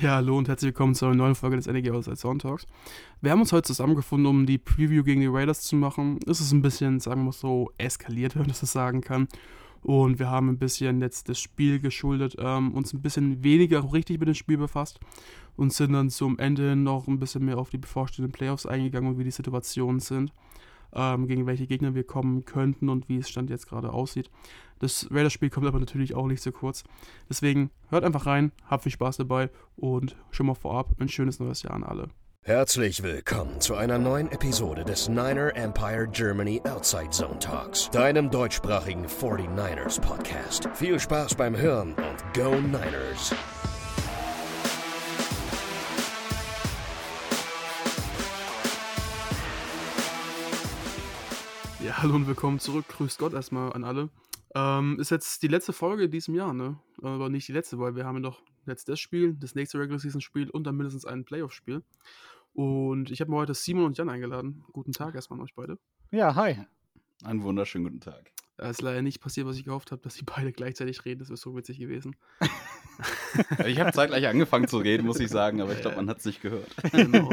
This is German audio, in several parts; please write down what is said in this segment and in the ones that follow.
Ja, hallo und herzlich willkommen zu einer neuen Folge des NEG Outside Sound Talks. Wir haben uns heute zusammengefunden, um die Preview gegen die Raiders zu machen. Es ist ein bisschen, sagen wir so, eskaliert, wenn man das so sagen kann. Und wir haben ein bisschen jetzt das Spiel geschuldet, uns ein bisschen weniger richtig mit dem Spiel befasst und sind dann zum Ende noch ein bisschen mehr auf die bevorstehenden Playoffs eingegangen und wie die Situationen sind, gegen welche Gegner wir kommen könnten und wie es Stand jetzt gerade aussieht. Das Raiders-Spiel kommt aber natürlich auch nicht so kurz. Deswegen hört einfach rein, habt viel Spaß dabei und schon mal vorab ein schönes neues Jahr an alle. Herzlich willkommen zu einer neuen Episode des Niner Empire Germany Outside Zone Talks, deinem deutschsprachigen 49ers Podcast. Viel Spaß beim Hören und Go Niners! Ja, hallo und willkommen zurück. Grüßt Gott erstmal an alle. Ist jetzt die letzte Folge in diesem Jahr, ne? Aber nicht die letzte, weil wir haben ja noch jetzt das Spiel, das nächste Regular Season Spiel und dann mindestens ein Playoff-Spiel. Und ich habe mir heute Simon und Jan eingeladen. Guten Tag erstmal an euch beide. Ja, hi. Einen wunderschönen guten Tag. Da ist leider nicht passiert, was ich gehofft habe, dass sie beide gleichzeitig reden. Das wäre so witzig gewesen. Ich habe zeitgleich angefangen zu reden, muss ich sagen, aber ich glaube, man hat es nicht gehört. Genau.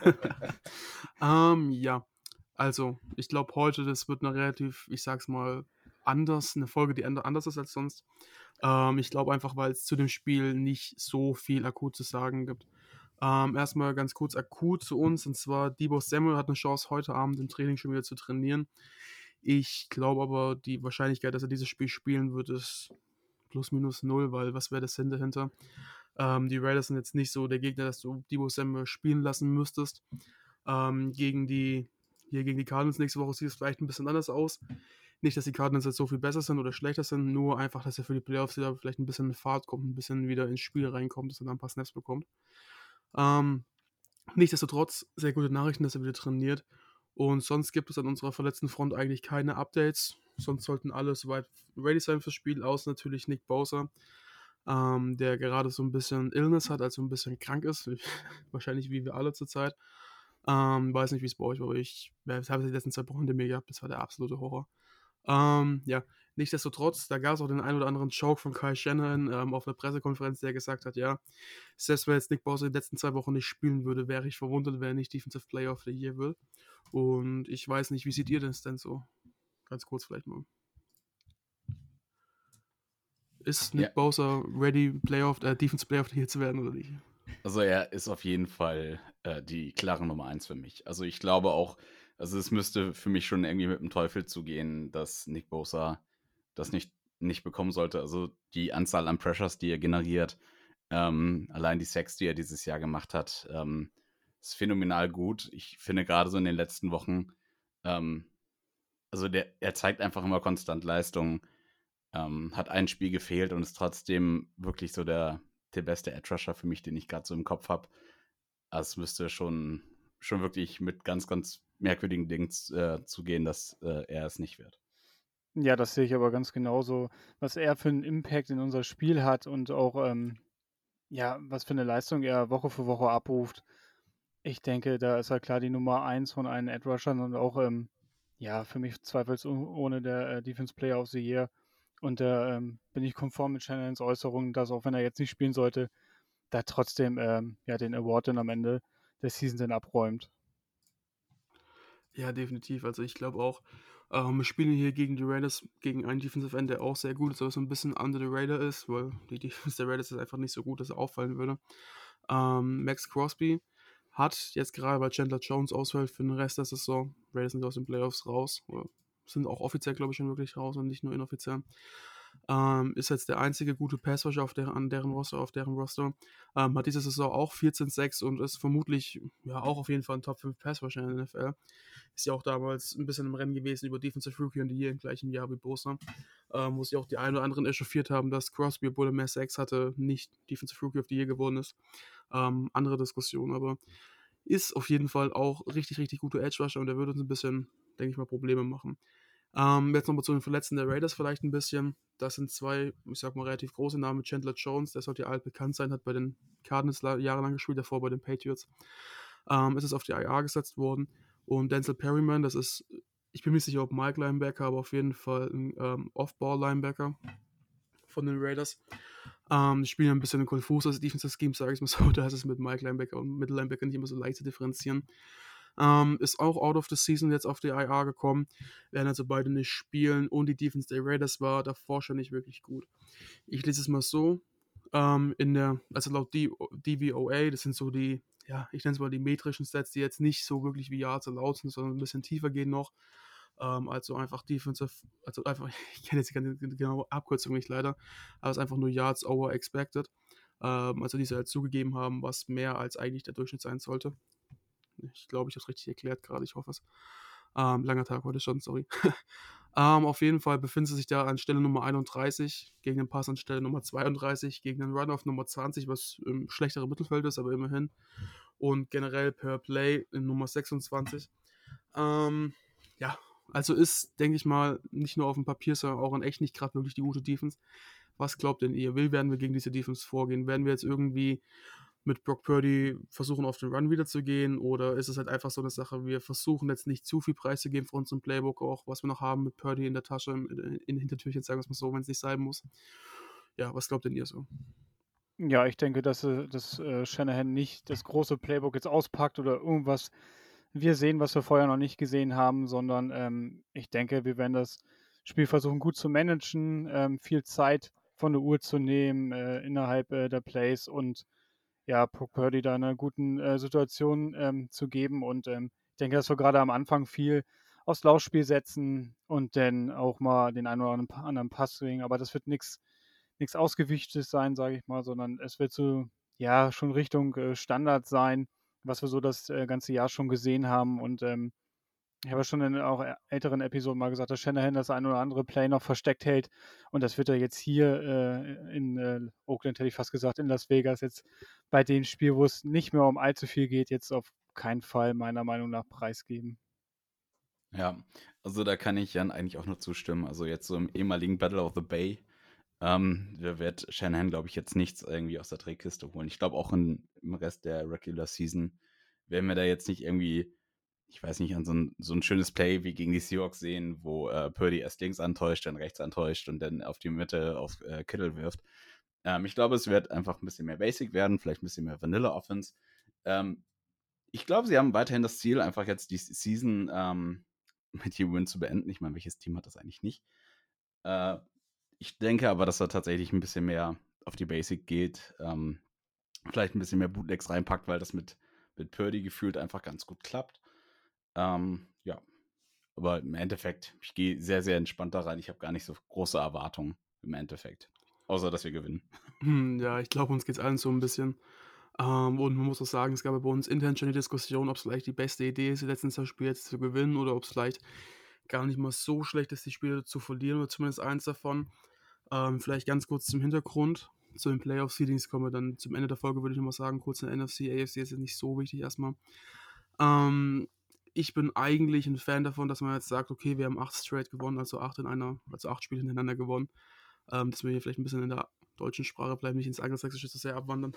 Ja, also ich glaube heute, das wird eine relativ, ich sag's mal, eine Folge, die anders ist als sonst. Ich glaube einfach, weil es zu dem Spiel nicht so viel akut zu sagen gibt. Erstmal ganz kurz akut zu uns, und zwar Deebo Samuel hat eine Chance, heute Abend im Training schon wieder zu trainieren. Ich glaube aber, die Wahrscheinlichkeit, dass er dieses Spiel spielen wird, ist plus minus null, weil was wäre der Sinn dahinter? Die Raiders sind jetzt nicht so der Gegner, dass du Deebo Samuel spielen lassen müsstest. Gegen die Cardinals nächste Woche sieht es vielleicht ein bisschen anders aus. Nicht, dass die Cardinals jetzt so viel besser sind oder schlechter sind, nur einfach, dass er für die Playoffs wieder vielleicht ein bisschen in Fahrt kommt, ein bisschen wieder ins Spiel reinkommt, dass er dann ein paar Snaps bekommt. Nichtsdestotrotz, sehr gute Nachrichten, dass er wieder trainiert. Und sonst gibt es an unserer verletzten Front eigentlich keine Updates. Sonst sollten alle soweit ready sein fürs Spiel, außer natürlich Nick Bosa, der gerade so ein bisschen Illness hat, also ein bisschen krank ist. Wahrscheinlich wie wir alle zurzeit. Weiß nicht, wie es bei euch war, aber ich habe die letzten 2 Wochen hinter mir gehabt. Das war der absolute Horror. Ja, nichtsdestotrotz, da gab es auch den einen oder anderen Joke von Kyle Shanahan auf einer Pressekonferenz, der gesagt hat, ja, selbst wenn jetzt Nick Bosa die letzten 2 Wochen nicht spielen würde, wäre ich verwundert, wenn er nicht Defensive Player of the Year will. Und ich weiß nicht, wie seht ihr das denn so? Ganz kurz vielleicht mal. Ist Nick Bosa ready, Defensive Player of the Year zu werden oder nicht? Also er ist auf jeden Fall die klare Nummer 1 für mich. Also ich glaube auch, also es müsste für mich schon irgendwie mit dem Teufel zugehen, dass Nick Bosa das nicht bekommen sollte. Also die Anzahl an Pressures, die er generiert, allein die Sacks, die er dieses Jahr gemacht hat, ist phänomenal gut. Ich finde gerade so in den letzten Wochen, also er zeigt einfach immer konstant Leistung, hat ein Spiel gefehlt und ist trotzdem wirklich so der beste Edge-Rusher für mich, den ich gerade so im Kopf habe. Also es müsste schon wirklich mit ganz, ganz merkwürdigen Dingen zugehen, dass er es nicht wird. Ja, das sehe ich aber ganz genauso. Was er für einen Impact in unser Spiel hat und auch, was für eine Leistung er Woche für Woche abruft. Ich denke, da ist er klar die Nummer 1 von allen Edge-Rushern und auch, für mich zweifelsohne der Defense Player of the Year. Und da bin ich konform mit Shannons Äußerungen, dass auch wenn er jetzt nicht spielen sollte, da trotzdem den Award dann am Ende der Season dann abräumt. Ja, definitiv. Also ich glaube auch, wir spielen hier gegen die Raiders, gegen einen Defensive End, der auch sehr gut ist, aber so ein bisschen under the radar ist, weil die Defense der Raiders ist einfach nicht so gut, dass er auffallen würde. Max Crosby hat jetzt gerade, weil Chandler Jones ausfällt für den Rest der Saison, Raiders sind aus den Playoffs raus, oder sind auch offiziell, glaube ich, schon wirklich raus und nicht nur inoffiziell. Ist jetzt der einzige gute Passrusher an deren Roster. Hat diese Saison auch 14-6 und ist vermutlich ja auch auf jeden Fall ein Top 5 Passrusher in der NFL. Ist ja auch damals ein bisschen im Rennen gewesen über Defensive Rookie und die im gleichen Jahr wie Bosa. Wo sich auch die einen oder anderen echauffiert haben, dass Crosby, obwohl er mehr Sacks hatte, nicht Defensive Rookie of the Year geworden ist. Andere Diskussion, aber ist auf jeden Fall auch richtig, richtig guter Edge Rusher und der würde uns ein bisschen, denke ich mal, Probleme machen. Jetzt nochmal zu den Verletzten der Raiders vielleicht ein bisschen. Das sind 2, ich sag mal, relativ große Namen. Chandler Jones, der sollte ja altbekannt sein, hat bei den Cardinals jahrelang gespielt, davor bei den Patriots. Ist es auf die IR gesetzt worden. Und Denzel Perryman, das ist, ich bin mir nicht sicher, ob Mike Linebacker, aber auf jeden Fall ein Off-Ball-Linebacker. von den Raiders. Die spielen ja ein bisschen ein konfuses Defensive Scheme, sage ich mal so. Da ist es mit Mike Linebacker und Middle Linebacker nicht immer so leicht zu differenzieren. Ist auch out of the season jetzt auf die IR gekommen, werden also beide nicht spielen und die Defense der Raiders war davor schon nicht wirklich gut. Ich lese es mal so, also laut DVOA, das sind so die, ja, ich nenne es mal die metrischen Stats, die jetzt nicht so wirklich wie Yards laut sind, sondern ein bisschen tiefer gehen noch. Also einfach Defensive, also einfach, ich kenne jetzt keine genaue Abkürzung nicht leider, aber es ist einfach nur Yards over expected. Also die sie halt zugegeben haben, was mehr als eigentlich der Durchschnitt sein sollte. Ich glaube, ich habe es richtig erklärt gerade, ich hoffe es. Langer Tag heute schon, sorry. Auf jeden Fall befinden sie sich da an Stelle Nummer 31, gegen den Pass an Stelle Nummer 32, gegen den Run auf Nummer 20, was im schlechteren Mittelfeld ist, aber immerhin. Und generell per Play in Nummer 26. Ja, also ist, denke ich mal, nicht nur auf dem Papier, sondern auch in echt nicht gerade wirklich die gute Defense. Was glaubt denn ihr? Werden wir gegen diese Defense vorgehen? Werden wir jetzt irgendwie mit Brock Purdy versuchen, auf den Run wieder zu gehen? Oder ist es halt einfach so eine Sache, wir versuchen jetzt nicht zu viel preiszugeben für unseren Playbook, auch was wir noch haben mit Purdy in der Tasche, in den Hintertürchen, sagen wir es mal so, wenn es nicht sein muss. Ja, was glaubt denn ihr so? Ja, ich denke, dass Shanahan nicht das große Playbook jetzt auspackt oder irgendwas wir sehen, was wir vorher noch nicht gesehen haben, sondern ich denke, wir werden das Spiel versuchen gut zu managen, viel Zeit von der Uhr zu nehmen innerhalb der Plays und ja, Brock Purdy da in einer guten Situation zu geben. Und ich denke, dass wir gerade am Anfang viel aufs Laufspiel setzen und dann auch mal den einen oder anderen Pass bringen. Aber das wird nichts Ausgewichtes sein, sage ich mal, sondern es wird so, ja, schon Richtung Standard sein, was wir so das ganze Jahr schon gesehen haben. Und ich habe ja schon in auch älteren Episoden mal gesagt, dass Shanahan das ein oder andere Play noch versteckt hält. Und das wird er jetzt hier in Oakland, hätte ich fast gesagt, in Las Vegas, jetzt bei dem Spiel, wo es nicht mehr um allzu viel geht, jetzt auf keinen Fall meiner Meinung nach preisgeben. Ja, also da kann ich Jan eigentlich auch nur zustimmen. Also jetzt so im ehemaligen Battle of the Bay, da wird Shanahan, glaube ich, jetzt nichts irgendwie aus der Trickkiste holen. Ich glaube auch im Rest der Regular Season werden wir da jetzt nicht irgendwie, ich weiß nicht, an so ein schönes Play wie gegen die Seahawks sehen, wo Purdy erst links antäuscht, dann rechts antäuscht und dann auf die Mitte auf Kittle wirft. Ich glaube, es wird einfach ein bisschen mehr Basic werden, vielleicht ein bisschen mehr Vanilla Offense. Ich glaube, sie haben weiterhin das Ziel, einfach jetzt die Season mit jedem Win zu beenden. Ich meine, welches Team hat das eigentlich nicht? Ich denke aber, dass er tatsächlich ein bisschen mehr auf die Basic geht. Vielleicht ein bisschen mehr Bootlegs reinpackt, weil das mit Purdy gefühlt einfach ganz gut klappt. Ja, aber im Endeffekt, ich gehe sehr, sehr entspannt da rein. Ich habe gar nicht so große Erwartungen im Endeffekt. Außer, dass wir gewinnen. Ja, ich glaube, uns geht es allen so ein bisschen. Und man muss auch sagen, es gab ja bei uns intern schon die Diskussion, ob es vielleicht die beste Idee ist, die letzten 2 Spiele jetzt zu gewinnen oder ob es vielleicht gar nicht mal so schlecht ist, die Spiele zu verlieren oder zumindest eins davon. Vielleicht ganz kurz zum Hintergrund. Zu den Playoff-Seedings kommen wir dann zum Ende der Folge, würde ich nochmal sagen, kurz in der NFC, AFC ist jetzt nicht so wichtig erstmal. Ich bin eigentlich ein Fan davon, dass man jetzt sagt, okay, wir haben 8 straight gewonnen, also 8 Spiele hintereinander gewonnen. Dass wir hier vielleicht ein bisschen in der deutschen Sprache bleiben, nicht ins Angelsächsische zu sehr abwandern.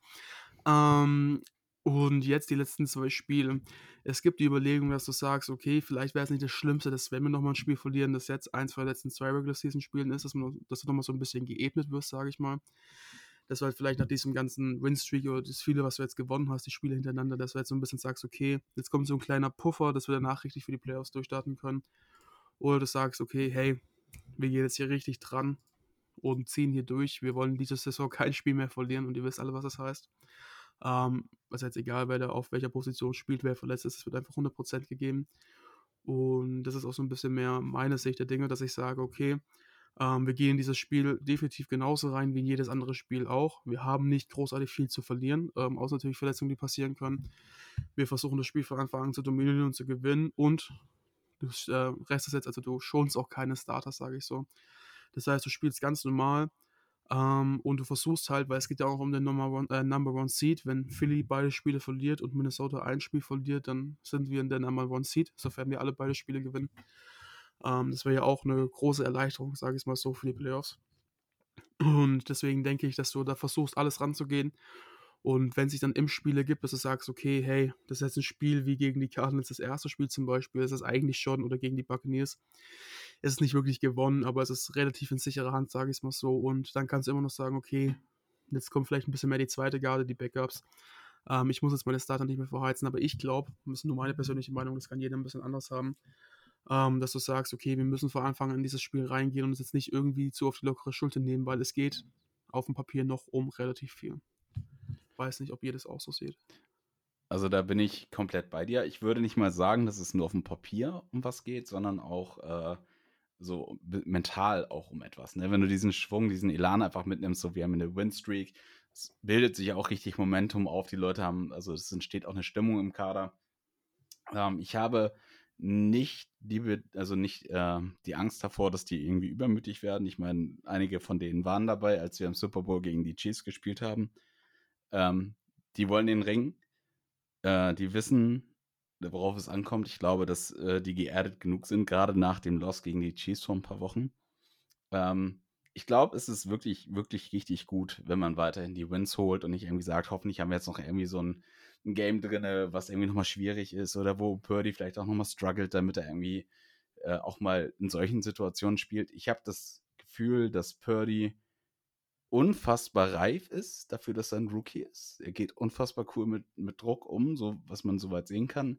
Und jetzt die letzten 2 Spiele. Es gibt die Überlegung, dass du sagst, okay, vielleicht wäre es nicht das Schlimmste, dass wenn wir nochmal ein Spiel verlieren, das jetzt eins von den letzten 2 Regular Season Spielen ist, dass du nochmal so ein bisschen geebnet wirst, sage ich mal. Dass du halt vielleicht nach diesem ganzen Win-Streak oder das viele, was du jetzt gewonnen hast, die Spiele hintereinander, dass du jetzt so ein bisschen sagst, okay, jetzt kommt so ein kleiner Puffer, dass wir danach richtig für die Playoffs durchstarten können. Oder du sagst, okay, hey, wir gehen jetzt hier richtig dran und ziehen hier durch. Wir wollen diese Saison kein Spiel mehr verlieren und ihr wisst alle, was das heißt. Was jetzt egal, wer da auf welcher Position spielt, wer verletzt ist, es wird einfach 100% gegeben. Und das ist auch so ein bisschen mehr meine Sicht der Dinge, dass ich sage, okay, wir gehen in dieses Spiel definitiv genauso rein wie in jedes andere Spiel auch. Wir haben nicht großartig viel zu verlieren, außer natürlich Verletzungen, die passieren können. Wir versuchen das Spiel von Anfang an zu dominieren und zu gewinnen und du restest jetzt, also du schonst auch keine Starters, sage ich so. Das heißt, du spielst ganz normal und du versuchst halt, weil es geht ja auch um den Number One Seed, wenn Philly beide Spiele verliert und Minnesota ein Spiel verliert, dann sind wir in der Number One Seed, sofern wir alle beide Spiele gewinnen. Das wäre ja auch eine große Erleichterung, sage ich mal so, für die Playoffs. Und deswegen denke ich, dass du da versuchst, alles ranzugehen. Und wenn es sich dann im Spiel ergibt, dass du sagst, okay, hey, das ist jetzt ein Spiel wie gegen die Cardinals, das erste Spiel zum Beispiel, ist das eigentlich schon, oder gegen die Buccaneers, es ist nicht wirklich gewonnen, aber es ist relativ in sicherer Hand, sage ich es mal so. Und dann kannst du immer noch sagen, okay, jetzt kommt vielleicht ein bisschen mehr die zweite Garde, die Backups. Ich muss jetzt meine Starter nicht mehr verheizen, aber ich glaube, das ist nur meine persönliche Meinung, das kann jeder ein bisschen anders haben, dass du sagst, okay, wir müssen von Anfang an in dieses Spiel reingehen und es jetzt nicht irgendwie zu auf die lockere Schulter nehmen, weil es geht auf dem Papier noch um relativ viel. Weiß nicht, ob ihr das auch so seht. Also da bin ich komplett bei dir. Ich würde nicht mal sagen, dass es nur auf dem Papier um was geht, sondern auch so mental auch um etwas. Ne? Wenn du diesen Schwung, diesen Elan einfach mitnimmst, so wir haben eine Winstreak, es bildet sich auch richtig Momentum auf. Die Leute haben, also es entsteht auch eine Stimmung im Kader. Ich habe nicht die Angst davor, dass die irgendwie übermütig werden. Ich meine, einige von denen waren dabei, als wir im Super Bowl gegen die Chiefs gespielt haben. Die wollen den Ring. Die wissen, worauf es ankommt. Ich glaube, dass die geerdet genug sind, gerade nach dem Loss gegen die Chiefs vor ein paar Wochen. Ich glaube, es ist wirklich, wirklich richtig gut, wenn man weiterhin die Wins holt und nicht irgendwie sagt, hoffentlich haben wir jetzt noch irgendwie so ein Game drin, was irgendwie nochmal schwierig ist oder wo Purdy vielleicht auch nochmal struggelt, damit er irgendwie auch mal in solchen Situationen spielt. Ich habe das Gefühl, dass Purdy unfassbar reif ist dafür, dass er ein Rookie ist. Er geht unfassbar cool mit Druck um, so was man soweit sehen kann.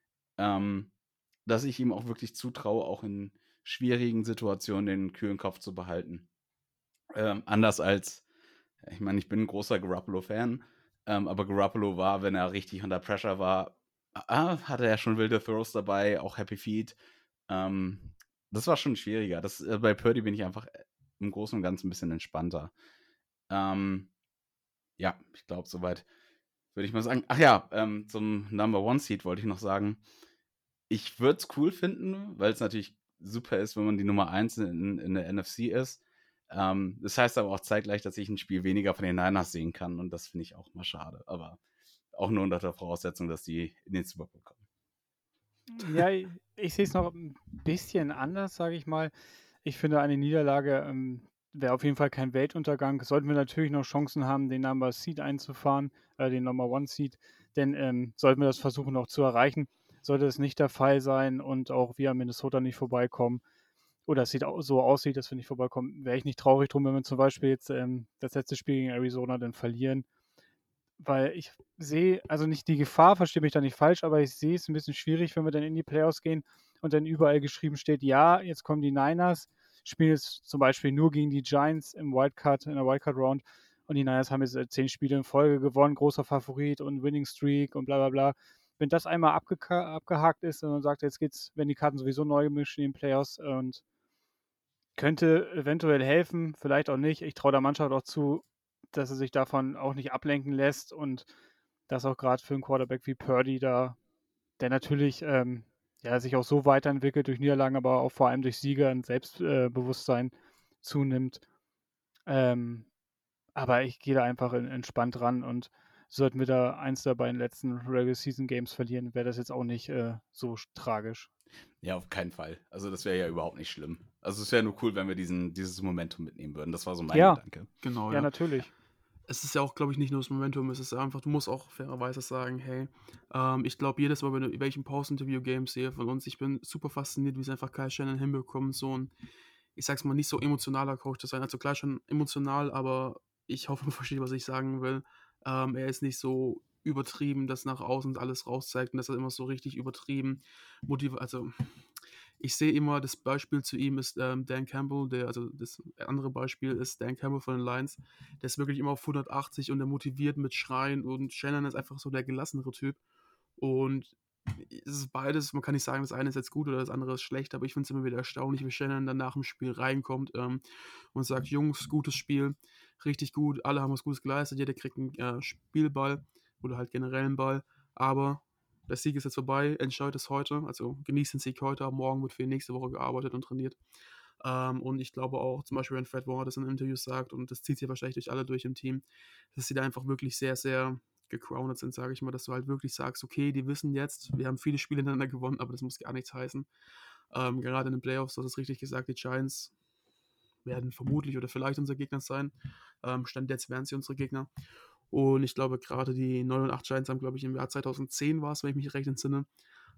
Dass ich ihm auch wirklich zutraue, auch in schwierigen Situationen den kühlen Kopf zu behalten. Anders als, ich meine, ich bin ein großer Garoppolo-Fan, aber Garoppolo war, wenn er richtig unter Pressure war, hatte er schon wilde Throws dabei, auch Happy Feet. Das war schon schwieriger. Bei Purdy bin ich einfach im Großen und Ganzen ein bisschen entspannter. Ja, ich glaube, soweit würde ich mal sagen. Ach ja, zum Number One Seed wollte ich noch sagen. Ich würde es cool finden, weil es natürlich super ist, wenn man die Nummer 1 in der NFC ist. Das heißt aber auch zeitgleich, dass ich ein Spiel weniger von den Niners sehen kann und das finde ich auch mal schade. Aber auch nur unter der Voraussetzung, dass die in den Super Bowl kommen. Ja, ich sehe es noch ein bisschen anders, sage ich mal. Ich finde, eine Niederlage wäre auf jeden Fall kein Weltuntergang. Sollten wir natürlich noch Chancen haben, den Number Seed einzufahren, den Number One Seed, denn sollten wir das versuchen noch zu erreichen. Sollte es nicht der Fall sein und auch wir an Minnesota nicht vorbeikommen oder es so aussieht, dass wir nicht vorbeikommen, wäre ich nicht traurig drum, wenn wir zum Beispiel jetzt das letzte Spiel gegen Arizona dann verlieren. Weil ich sehe, also nicht die Gefahr, verstehe mich da nicht falsch, aber ich sehe es ein bisschen schwierig, wenn wir dann in die Playoffs gehen und dann überall geschrieben steht, ja, jetzt kommen die Niners, spielen jetzt zum Beispiel nur gegen die Giants in der Wildcard-Round und die Niners haben jetzt 10 Spiele in Folge gewonnen, großer Favorit und Winning Streak und bla bla bla. Wenn das einmal abgehakt ist und man sagt, jetzt geht's, wenn die Karten sowieso neu gemischt in den Playoffs und könnte eventuell helfen, vielleicht auch nicht. Ich traue der Mannschaft auch zu, dass er sich davon auch nicht ablenken lässt und das auch gerade für einen Quarterback wie Purdy da, der natürlich sich auch so weiterentwickelt durch Niederlagen, aber auch vor allem durch Siege und Selbstbewusstsein zunimmt. Aber ich gehe da einfach entspannt ran und sollten wir da eins der beiden letzten Regular Season Games verlieren, wäre das jetzt auch nicht so tragisch. Ja, auf keinen Fall. Also das wäre ja überhaupt nicht schlimm. Also es wäre nur cool, wenn wir dieses Momentum mitnehmen würden. Das war so mein Gedanke. Genau, Ja, natürlich. Es ist ja auch, glaube ich, nicht nur das Momentum, es ist einfach, du musst auch fairerweise sagen, hey, ich glaube, jedes Mal, wenn ich welchen Post-Interview-Game sehe von uns, ich bin super fasziniert, wie es einfach Kyle Shannon hinbekommt, so ein, ich sag's mal, nicht so emotionaler Coach zu sein. Also klar schon emotional, aber ich hoffe, man versteht, was ich sagen will. Er ist nicht so übertrieben, dass nach außen alles rauszeigt und das ist immer so richtig übertrieben also ich sehe immer, das Beispiel zu ihm ist Dan Campbell, also das andere Beispiel ist Dan Campbell von den Lions. Der ist wirklich immer auf 180 und der motiviert mit Schreien und Shannon ist einfach so der gelassenere Typ. Und es ist beides, man kann nicht sagen, das eine ist jetzt gut oder das andere ist schlecht, aber ich finde es immer wieder erstaunlich, wie Shannon dann nach dem Spiel reinkommt und sagt, Jungs, gutes Spiel, richtig gut, alle haben was Gutes geleistet, jeder kriegt einen Spielball oder halt generell einen Ball, aber der Sieg ist jetzt vorbei, Entscheid ist heute, also genießt den Sieg heute, aber morgen wird für die nächste Woche gearbeitet und trainiert. Und ich glaube auch, zum Beispiel, wenn Fred Warner das in Interviews sagt, und das zieht sich wahrscheinlich durch alle durch im Team, dass sie da einfach wirklich sehr, sehr gegroundet sind, sage ich mal, dass du halt wirklich sagst, okay, die wissen jetzt, wir haben viele Spiele hintereinander gewonnen, aber das muss gar nichts heißen. Gerade in den Playoffs, das ist richtig gesagt, die Giants werden vermutlich oder vielleicht unser Gegner sein. Stand jetzt wären sie unsere Gegner. Und ich glaube, gerade die 9 und 8 Giants haben, glaube ich, im Jahr 2010 war es, wenn ich mich recht entsinne,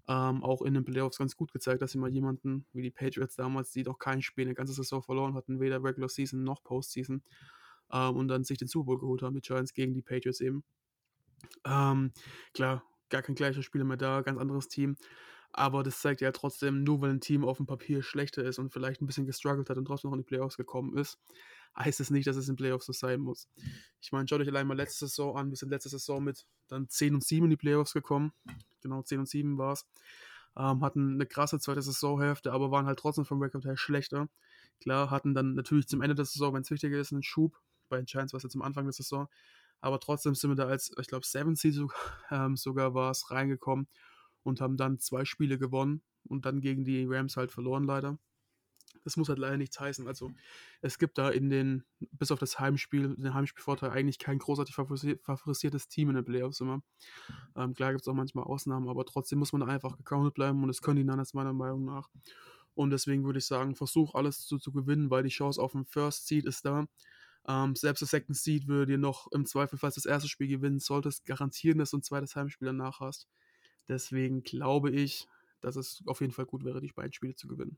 auch in den Playoffs ganz gut gezeigt, dass sie mal jemanden wie die Patriots damals, die doch kein Spiel eine ganze Saison verloren hatten, weder Regular Season noch Postseason, und dann sich den Super Bowl geholt haben, die Giants gegen die Patriots eben. Klar, gar kein gleicher Spieler mehr da, ganz anderes Team. Aber das zeigt ja trotzdem, nur weil ein Team auf dem Papier schlechter ist und vielleicht ein bisschen gestruggelt hat und trotzdem noch in die Playoffs gekommen ist, heißt es nicht, dass es in Playoffs so sein muss. Ich meine, schaut euch allein mal letzte Saison an. Wir sind letzte Saison mit dann 10-7 in die Playoffs gekommen. Genau, 10-7 war es. Hatten eine krasse zweite Saisonhälfte, aber waren halt trotzdem vom Rekord her schlechter. Klar, hatten dann natürlich zum Ende der Saison, wenn es wichtiger ist, einen Schub. Bei den Giants war es ja zum Anfang der Saison. Aber trotzdem sind wir da als, ich glaube, 7 Seed sogar war es reingekommen und haben dann 2 Spiele gewonnen und dann gegen die Rams halt verloren leider. Das muss halt leider nichts heißen. Also es gibt da bis auf das Heimspiel, den Heimspielvorteil eigentlich kein großartig favorisiertes Team in den Playoffs immer. Klar gibt es auch manchmal Ausnahmen, aber trotzdem muss man da einfach gegroundet bleiben und das können die Niners meiner Meinung nach. Und deswegen würde ich sagen, versuch alles zu gewinnen, weil die Chance auf den First Seed ist da. Selbst das Second Seed würde dir noch im Zweifel, falls das erste Spiel gewinnen solltest, garantieren, dass du ein zweites Heimspiel danach hast. Deswegen glaube ich, dass es auf jeden Fall gut wäre, die beiden Spiele zu gewinnen.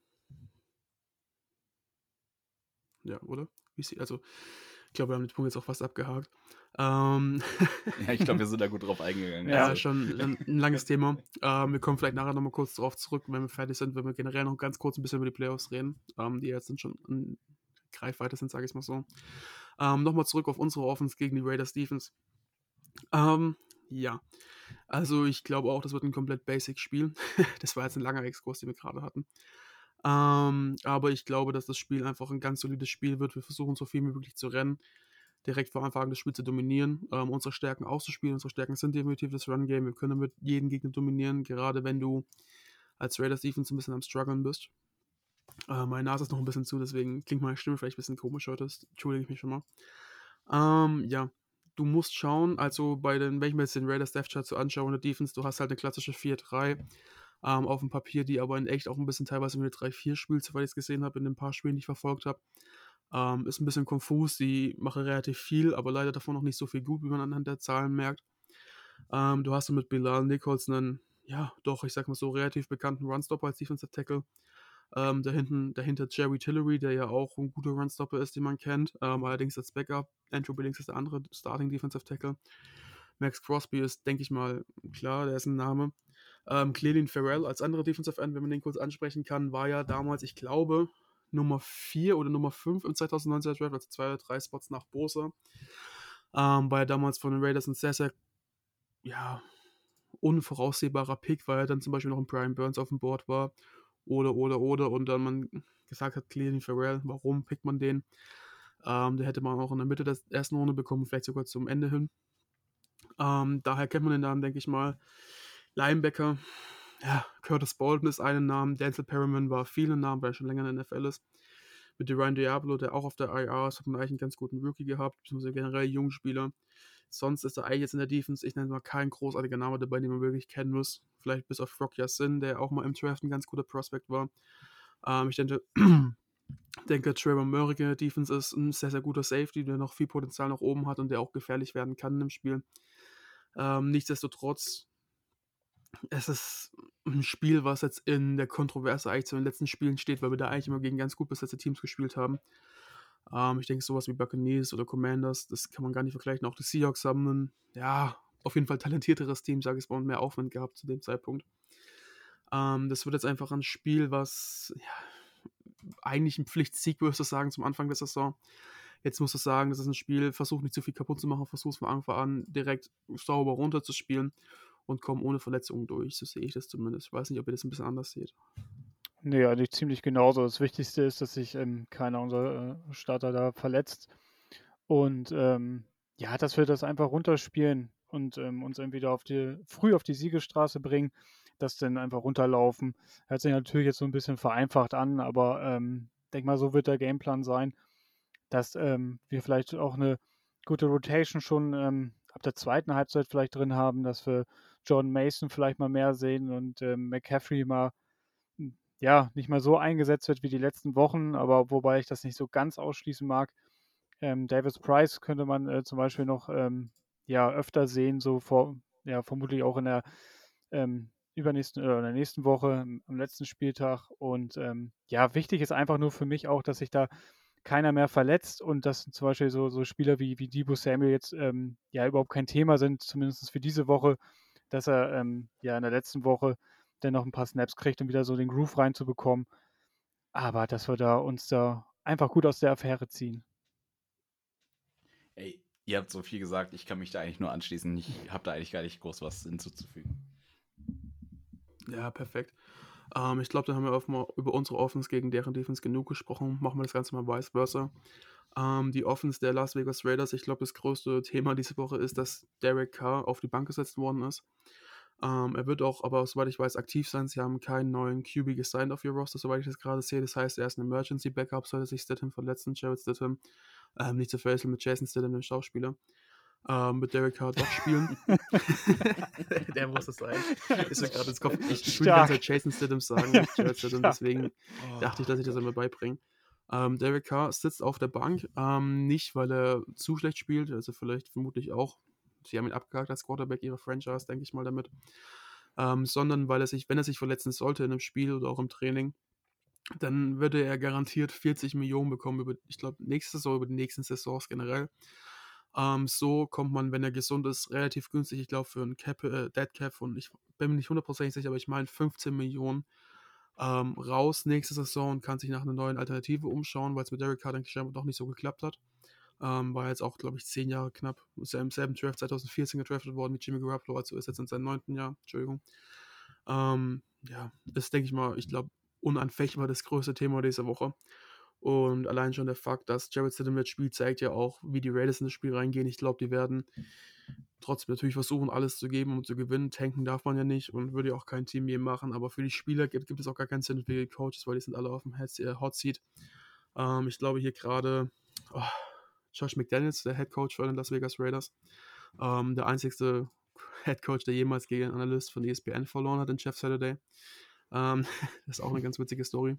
Ja, oder? Also, ich glaube, wir haben den Punkt jetzt auch fast abgehakt. Ja, ich glaube, wir sind da gut drauf eingegangen. Ja, Also, schon ein langes Thema. Wir kommen vielleicht nachher nochmal kurz drauf zurück, wenn wir fertig sind, wenn wir generell noch ganz kurz ein bisschen über die Playoffs reden, die jetzt sind schon in Greifweite sind, sage ich mal so. Nochmal zurück auf unsere Offense gegen die Raiders Defense. Ja, also ich glaube auch, das wird ein komplett Basic-Spiel. Das war jetzt ein langer Exkurs, den wir gerade hatten. Aber ich glaube, dass das Spiel einfach ein ganz solides Spiel wird. Wir versuchen so viel wie möglich zu rennen, direkt vor Anfang das Spiel zu dominieren, unsere Stärken auszuspielen. Unsere Stärken sind definitiv das Run-Game. Wir können damit jeden Gegner dominieren, gerade wenn du als Raiders Defense ein bisschen am Struggeln bist. Meine Nase ist noch ein bisschen zu, deswegen klingt meine Stimme vielleicht ein bisschen komisch heute. Das entschuldige ich mich schon mal. Ja, du musst schauen, also wenn ich mir jetzt den Raiders Death Chart so anschaue in der Defense, du hast halt eine klassische 4-3 auf dem Papier, die aber in echt auch ein bisschen teilweise mit 3-4 spielt, soweit ich es gesehen habe, in den paar Spielen, die ich verfolgt habe. Ist ein bisschen konfus, die machen relativ viel, aber leider davon noch nicht so viel gut, wie man anhand der Zahlen merkt. Du hast mit Bilal Nichols einen, ja, doch, ich sag mal so, relativ bekannten Runstopper als Defensive Tackle. Dahinter Jerry Tillery, der ja auch ein guter Runstopper ist, den man kennt. Allerdings als Backup. Andrew Billings ist der andere Starting Defensive Tackle. Max Crosby ist, denke ich mal, klar, der ist ein Name. Clelin Ferrell als anderer Defensive End, wenn man den kurz ansprechen kann, war ja damals, ich glaube, Nummer 4 oder Nummer 5 im 2019er Draft, also 2 oder 3 Spots nach Bosa. War ja damals von den Raiders ein sehr, sehr, ja, unvoraussehbarer Pick, weil er dann zum Beispiel noch ein Brian Burns auf dem Board war. Oder. Und dann man gesagt hat, Clelin Ferrell, warum pickt man den? Der hätte man auch in der Mitte der ersten Runde bekommen, vielleicht sogar zum Ende hin. Daher kennt man den Namen, denke ich mal. Linebacker, ja, Curtis Bolton ist einen Namen. Denzel Perryman war viele Namen, weil er schon länger in der NFL ist. Mit Ryan Diablo, der auch auf der IR ist, hat man eigentlich einen ganz guten Rookie gehabt, beziehungsweise generell jungen Spieler. Sonst ist da eigentlich jetzt in der Defense, ich nenne mal kein großartiger Name dabei, den man wirklich kennen muss. Vielleicht bis auf Rock Yassin, der auch mal im Draft ein ganz guter Prospect war. Ich denke, Trevor Murray in der Defense ist ein sehr, sehr guter Safety, der noch viel Potenzial nach oben hat und der auch gefährlich werden kann im Spiel. Nichtsdestotrotz, es ist ein Spiel, was jetzt in der Kontroverse eigentlich zu den letzten Spielen steht, weil wir da eigentlich immer gegen ganz gut besetzte Teams gespielt haben. Ich denke, sowas wie Buccaneers oder Commanders, das kann man gar nicht vergleichen. Auch die Seahawks haben ein, ja, auf jeden Fall talentierteres Team, sage ich mal, und mehr Aufwand gehabt zu dem Zeitpunkt. Das wird jetzt einfach ein Spiel, was eigentlich ein Pflichtsieg, würdest du sagen, zum Anfang der Saison. Jetzt musst du sagen, das ist ein Spiel, versuch nicht zu viel kaputt zu machen, versuch es von Anfang an direkt sauber runterzuspielen und komm ohne Verletzungen durch. So sehe ich das zumindest. Ich weiß nicht, ob ihr das ein bisschen anders seht. Nee, eigentlich ziemlich genauso. Das Wichtigste ist, dass sich keiner unserer Starter da verletzt. Und ja, dass wir das einfach runterspielen und uns entweder früh auf die Siegesstraße bringen, das dann einfach runterlaufen. Hört sich natürlich jetzt so ein bisschen vereinfacht an, aber denke mal, so wird der Gameplan sein, dass wir vielleicht auch eine gute Rotation schon ab der zweiten Halbzeit vielleicht drin haben, dass wir Jordan Mason vielleicht mal mehr sehen und McCaffrey mal ja, nicht mal so eingesetzt wird wie die letzten Wochen, aber wobei ich das nicht so ganz ausschließen mag. Davis Price könnte man zum Beispiel noch ja, öfter sehen, vermutlich auch in der übernächsten oder in der nächsten Woche am letzten Spieltag. Und ja, wichtig ist einfach nur für mich auch, dass sich da keiner mehr verletzt und dass zum Beispiel so Spieler wie Deebo Samuel jetzt ja überhaupt kein Thema sind, zumindest für diese Woche, dass er ja in der letzten Woche dann noch ein paar Snaps kriegt, um wieder so den Groove reinzubekommen. Aber dass wir da uns da einfach gut aus der Affäre ziehen. Ey, ihr habt so viel gesagt, ich kann mich da eigentlich nur anschließen. Ich habe da eigentlich gar nicht groß was hinzuzufügen. Ja, perfekt. Ich glaube, da haben wir mal über unsere Offense gegen deren Defense genug gesprochen. Machen wir das Ganze mal vice versa. Die Offense der Las Vegas Raiders, ich glaube, das größte Thema diese Woche ist, dass Derek Carr auf die Bank gesetzt worden ist. Er wird auch, aber soweit ich weiß, aktiv sein. Sie haben keinen neuen QB gesigned auf ihr Roster, soweit ich das gerade sehe. Das heißt, er ist ein Emergency Backup, sollte sich Stidham verletzen, Jared Stidham. Nicht zu verwechseln mit Jason Stidham, dem Schauspieler. Mit Derek Carr doch spielen. Der muss es sein. Ist mir gerade ins Kopf. Ich will die ganze Zeit Jason Stidham sagen, nicht Jared Stidham, deswegen dachte ich, dass ich das einmal beibringe. Derek Carr sitzt auf der Bank, nicht weil er zu schlecht spielt, also vielleicht vermutlich auch. Sie haben ihn abgehakt als Quarterback ihrer Franchise, denke ich mal damit. Sondern weil er sich, wenn er sich verletzen sollte in einem Spiel oder auch im Training, dann würde er garantiert 40 Millionen bekommen über, ich glaube, nächste Saison, über die nächsten Saisons generell. So kommt man, wenn er gesund ist, relativ günstig, ich glaube, für ein Dead Cap von, ich bin mir nicht hundertprozentig sicher, aber ich meine 15 Millionen raus nächste Saison und kann sich nach einer neuen Alternative umschauen, weil es mit Derek Carr dann scheinbar doch nicht so geklappt hat. War jetzt auch, glaube ich, 10 Jahre knapp. Ist ja im selben Draft 2014 gedraftet worden wie Jimmy Garoppolo, also ist jetzt in seinem 9. Jahr, Entschuldigung. Ja, ist, denke ich mal, ich glaube, unanfechtbar das größte Thema dieser Woche. Und allein schon der Fakt, dass Jared Stidham jetzt spielt, zeigt ja auch, wie die Raiders in das Spiel reingehen. Ich glaube, die werden trotzdem natürlich versuchen, alles zu geben, um zu gewinnen. Tanken darf man ja nicht und würde ja auch kein Team je machen. Aber für die Spieler gibt es auch gar keinen Sinn für die Coaches, weil die sind alle auf dem Hot Seat. Ich glaube hier gerade Josh McDaniels, der Head Coach von den Las Vegas Raiders, der einzigste Head Coach, der jemals gegen einen Analyst von ESPN verloren hat, den Jeff Saturday. Das ist auch eine ganz witzige Story.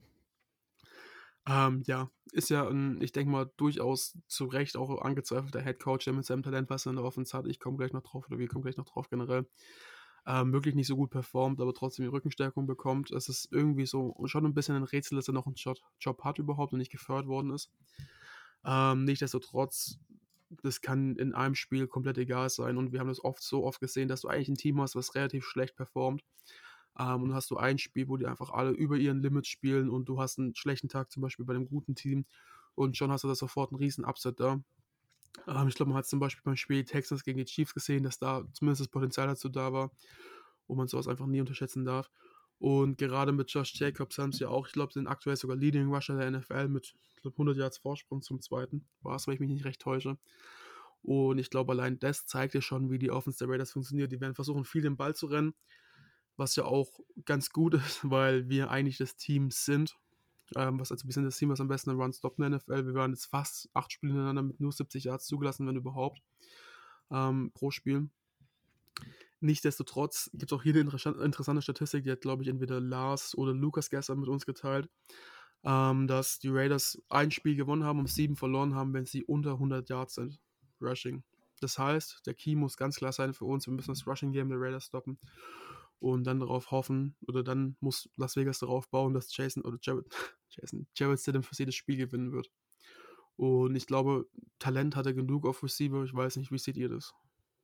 Ja, ist ja, ich denke mal, durchaus zu Recht auch angezweifelter Headcoach, der mit seinem Talent, was er in der Offense hat, ich komme gleich noch drauf, oder wir kommen gleich noch drauf generell, wirklich nicht so gut performt, aber trotzdem die Rückenstärkung bekommt. Es ist irgendwie so schon ein bisschen ein Rätsel, dass er noch einen Job hat überhaupt und nicht gefeuert worden ist. Nichtsdestotrotz, das kann in einem Spiel komplett egal sein und wir haben das so oft gesehen, dass du eigentlich ein Team hast, was relativ schlecht performt. Und dann hast du ein Spiel, wo die einfach alle über ihren Limits spielen und du hast einen schlechten Tag zum Beispiel bei einem guten Team und schon hast du da sofort einen riesen Upset da. Ich glaube, man hat zum Beispiel beim Spiel Texans gegen die Chiefs gesehen, dass da zumindest das Potenzial dazu da war, wo man sowas einfach nie unterschätzen darf. Und gerade mit Josh Jacobs haben sie ja auch, ich glaube, den aktuell sogar Leading Rusher der NFL mit, ich glaube, 100 Yards Vorsprung zum zweiten. War es, wenn ich mich nicht recht täusche. Und ich glaube, allein das zeigt ja schon, wie die Offense der Raiders funktioniert. Die werden versuchen, viel den Ball zu rennen, was ja auch ganz gut ist, weil wir eigentlich das Team sind. Wir sind das Team, was am besten den Run stoppt in der NFL. Wir waren jetzt fast 8 Spiele hintereinander mit nur 70 Yards zugelassen, wenn überhaupt, pro Spiel. Nichtsdestotrotz gibt es auch hier eine interessante Statistik, die hat, glaube ich, entweder Lars oder Lukas gestern mit uns geteilt, dass die Raiders ein Spiel gewonnen haben und 7 verloren haben, wenn sie unter 100 Yards sind, Rushing. Das heißt, der Key muss ganz klar sein für uns, wir müssen das Rushing-Game der Raiders stoppen und dann darauf hoffen, oder dann muss Las Vegas darauf bauen, dass Jared Stidham für sie das Spiel gewinnen wird. Und ich glaube, Talent hat er genug auf Receiver, ich weiß nicht, wie seht ihr das?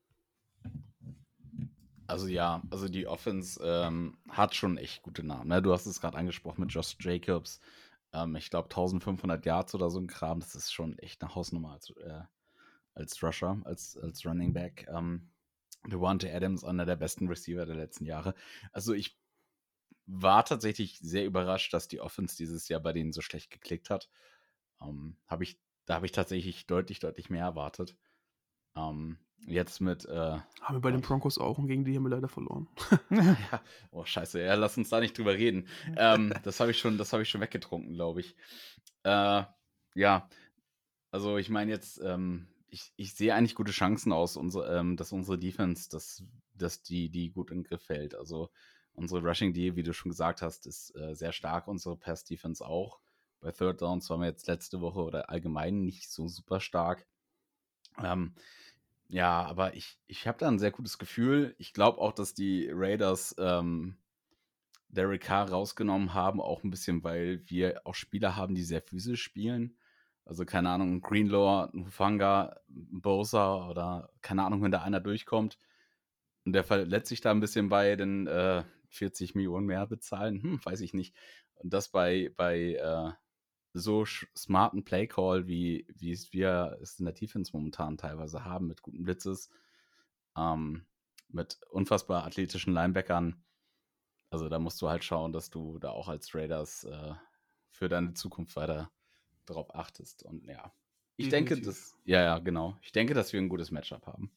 Also ja, also die Offense hat schon echt gute Namen. Ne? Du hast es gerade angesprochen mit Josh Jacobs. Ich glaube 1500 Yards oder so ein Kram. Das ist schon echt eine Hausnummer als Rusher, als Running Back. Devontae Adams, einer der besten Receiver der letzten Jahre. Also ich war tatsächlich sehr überrascht, dass die Offense dieses Jahr bei denen so schlecht geklickt hat. Da habe ich tatsächlich deutlich mehr erwartet. Jetzt mit. Haben wir bei den Broncos auch und gegen die haben wir leider verloren. Ja, oh Scheiße, ja, lass uns da nicht drüber reden. Das habe ich schon weggetrunken, glaube ich. Ja, also ich meine jetzt, ich sehe eigentlich gute Chancen aus, dass unsere Defense, dass die gut in den Griff hält. Also unsere Rushing D, wie du schon gesagt hast, ist sehr stark, unsere Pass-Defense auch. Bei Third Downs waren wir jetzt letzte Woche oder allgemein nicht so super stark. Ja, aber ich habe da ein sehr gutes Gefühl. Ich glaube auch, dass die Raiders Derek Carr rausgenommen haben, auch ein bisschen, weil wir auch Spieler haben, die sehr physisch spielen. Also, keine Ahnung, 'n Greenlaw, 'n Hufanga, 'n Bosa oder keine Ahnung, wenn da einer durchkommt und der verletzt sich da ein bisschen bei, dann 40 Millionen mehr bezahlen, weiß ich nicht. Und das bei so smarten Playcall, wie wir es in der Defense momentan teilweise haben, mit guten Blitzes, mit unfassbar athletischen Linebackern. Also da musst du halt schauen, dass du da auch als Raiders für deine Zukunft weiter drauf achtest. Und ja, ich denke, Definitiv. ja, genau. Ich denke, dass wir ein gutes Matchup haben.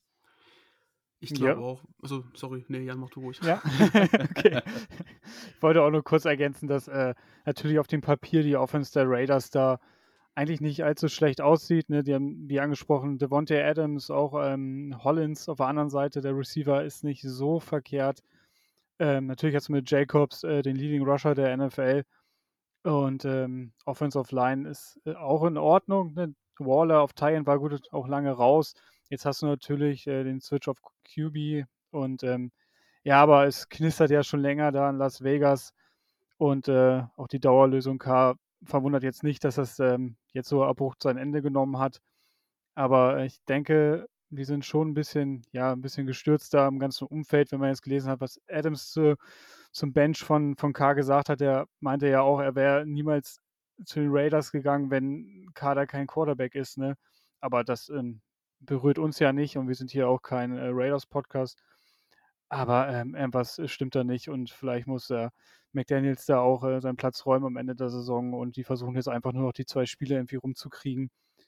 Ich Ja. glaube auch. Also, sorry, nee, Jan, mach du ruhig. Ja, okay. Ich wollte auch nur kurz ergänzen, dass natürlich auf dem Papier die Offense der Raiders da eigentlich nicht allzu schlecht aussieht. Ne? Die haben, wie angesprochen, Devontae Adams, auch Hollins auf der anderen Seite, der Receiver ist nicht so verkehrt. Natürlich hast du mit Jacobs den Leading Rusher der NFL und Offensive Line ist auch in Ordnung. Ne? Waller auf Tight war gut, auch lange raus. Jetzt hast du natürlich den Switch auf QB und ja, aber es knistert ja schon länger da in Las Vegas und auch die Dauerlösung K verwundert jetzt nicht, dass das jetzt so abrupt sein Ende genommen hat. Aber ich denke, wir sind schon ein bisschen gestürzt da im ganzen Umfeld, wenn man jetzt gelesen hat, was Adams zum Bench von K gesagt hat. Der meinte ja auch, er wäre niemals zu den Raiders gegangen, wenn K da kein Quarterback ist. Ne? Aber das berührt uns ja nicht und wir sind hier auch kein Raiders-Podcast. Aber irgendwas stimmt da nicht und vielleicht muss McDaniels da auch seinen Platz räumen am Ende der Saison und die versuchen jetzt einfach nur noch die 2 Spiele irgendwie rumzukriegen.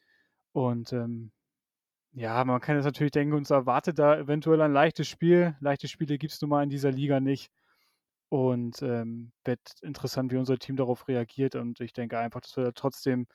Und ja, man kann jetzt natürlich denken, uns erwartet da eventuell ein leichtes Spiel. Leichte Spiele gibt es nun mal in dieser Liga nicht. Und wird interessant, wie unser Team darauf reagiert. Und ich denke einfach, dass wir da trotzdem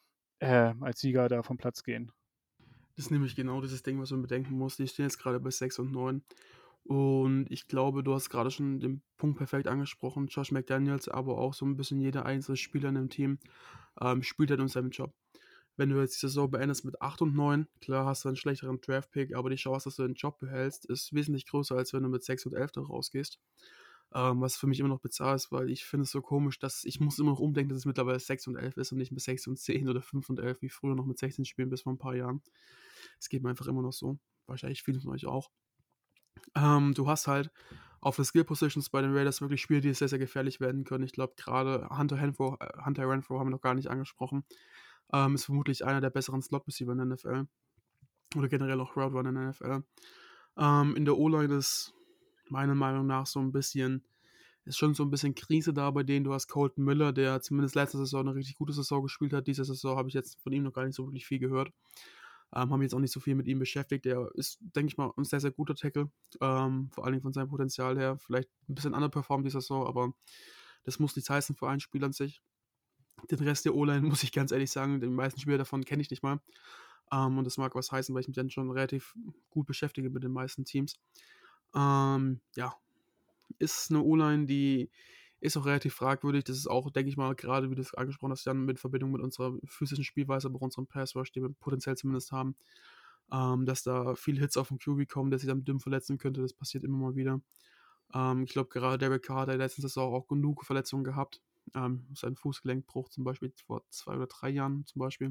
als Sieger da vom Platz gehen. Das ist nämlich genau dieses Ding, was man bedenken muss. Die stehen jetzt gerade bei 6 und 9. Und ich glaube, du hast gerade schon den Punkt perfekt angesprochen. Josh McDaniels, aber auch so ein bisschen jeder einzelne Spieler in dem Team spielt halt in seinem Job. Wenn du jetzt die Saison beendest mit 8 und 9, klar hast du einen schlechteren Draft-Pick, aber die Chance, dass du den Job behältst, ist wesentlich größer, als wenn du mit 6 und 11 da rausgehst. Was für mich immer noch bizarr ist, weil ich finde es so komisch, dass ich muss immer noch umdenken, dass es mittlerweile 6 und 11 ist und nicht mit 6 und 10 oder 5 und 11, wie früher noch mit 16 Spielen bis vor ein paar Jahren. Es geht mir einfach immer noch so. Wahrscheinlich viele von euch auch. Du hast halt auf den Skill-Positions bei den Raiders wirklich Spieler, die sehr, sehr gefährlich werden können. Ich glaube, gerade Hunter Renfrow haben wir noch gar nicht angesprochen. Ist vermutlich einer der besseren Slot-Receiver in der NFL. Oder generell auch Route Runner in der NFL. In der O-Line ist meiner Meinung nach ist schon so ein bisschen Krise da bei denen. Du hast Colton Miller, der zumindest letzte Saison eine richtig gute Saison gespielt hat. Diese Saison habe ich jetzt von ihm noch gar nicht so wirklich viel gehört. Haben jetzt auch nicht so viel mit ihm beschäftigt. Er ist, denke ich mal, ein sehr, sehr guter Tackle. Vor allen Dingen von seinem Potenzial her. Vielleicht ein bisschen underperformed diese Saison, aber das muss nichts heißen für ein Spiel an sich. Den Rest der O-Line, muss ich ganz ehrlich sagen, den meisten Spieler davon kenne ich nicht mal. Und das mag was heißen, weil ich mich dann schon relativ gut beschäftige mit den meisten Teams. Ja, ist eine O-Line, die ist auch relativ fragwürdig. Das ist auch, denke ich mal, gerade wie du es angesprochen hast, dann mit Verbindung mit unserer physischen Spielweise, aber auch unserem Pass-Rush, den wir potenziell zumindest haben, dass da viele Hits auf den QB kommen, der sich dann dumm verletzen könnte. Das passiert immer mal wieder. Ich glaube, gerade Derek Carr hat letztens Saison auch genug Verletzungen gehabt. Sein Fußgelenkbruch zum Beispiel vor 2 oder 3 Jahren zum Beispiel.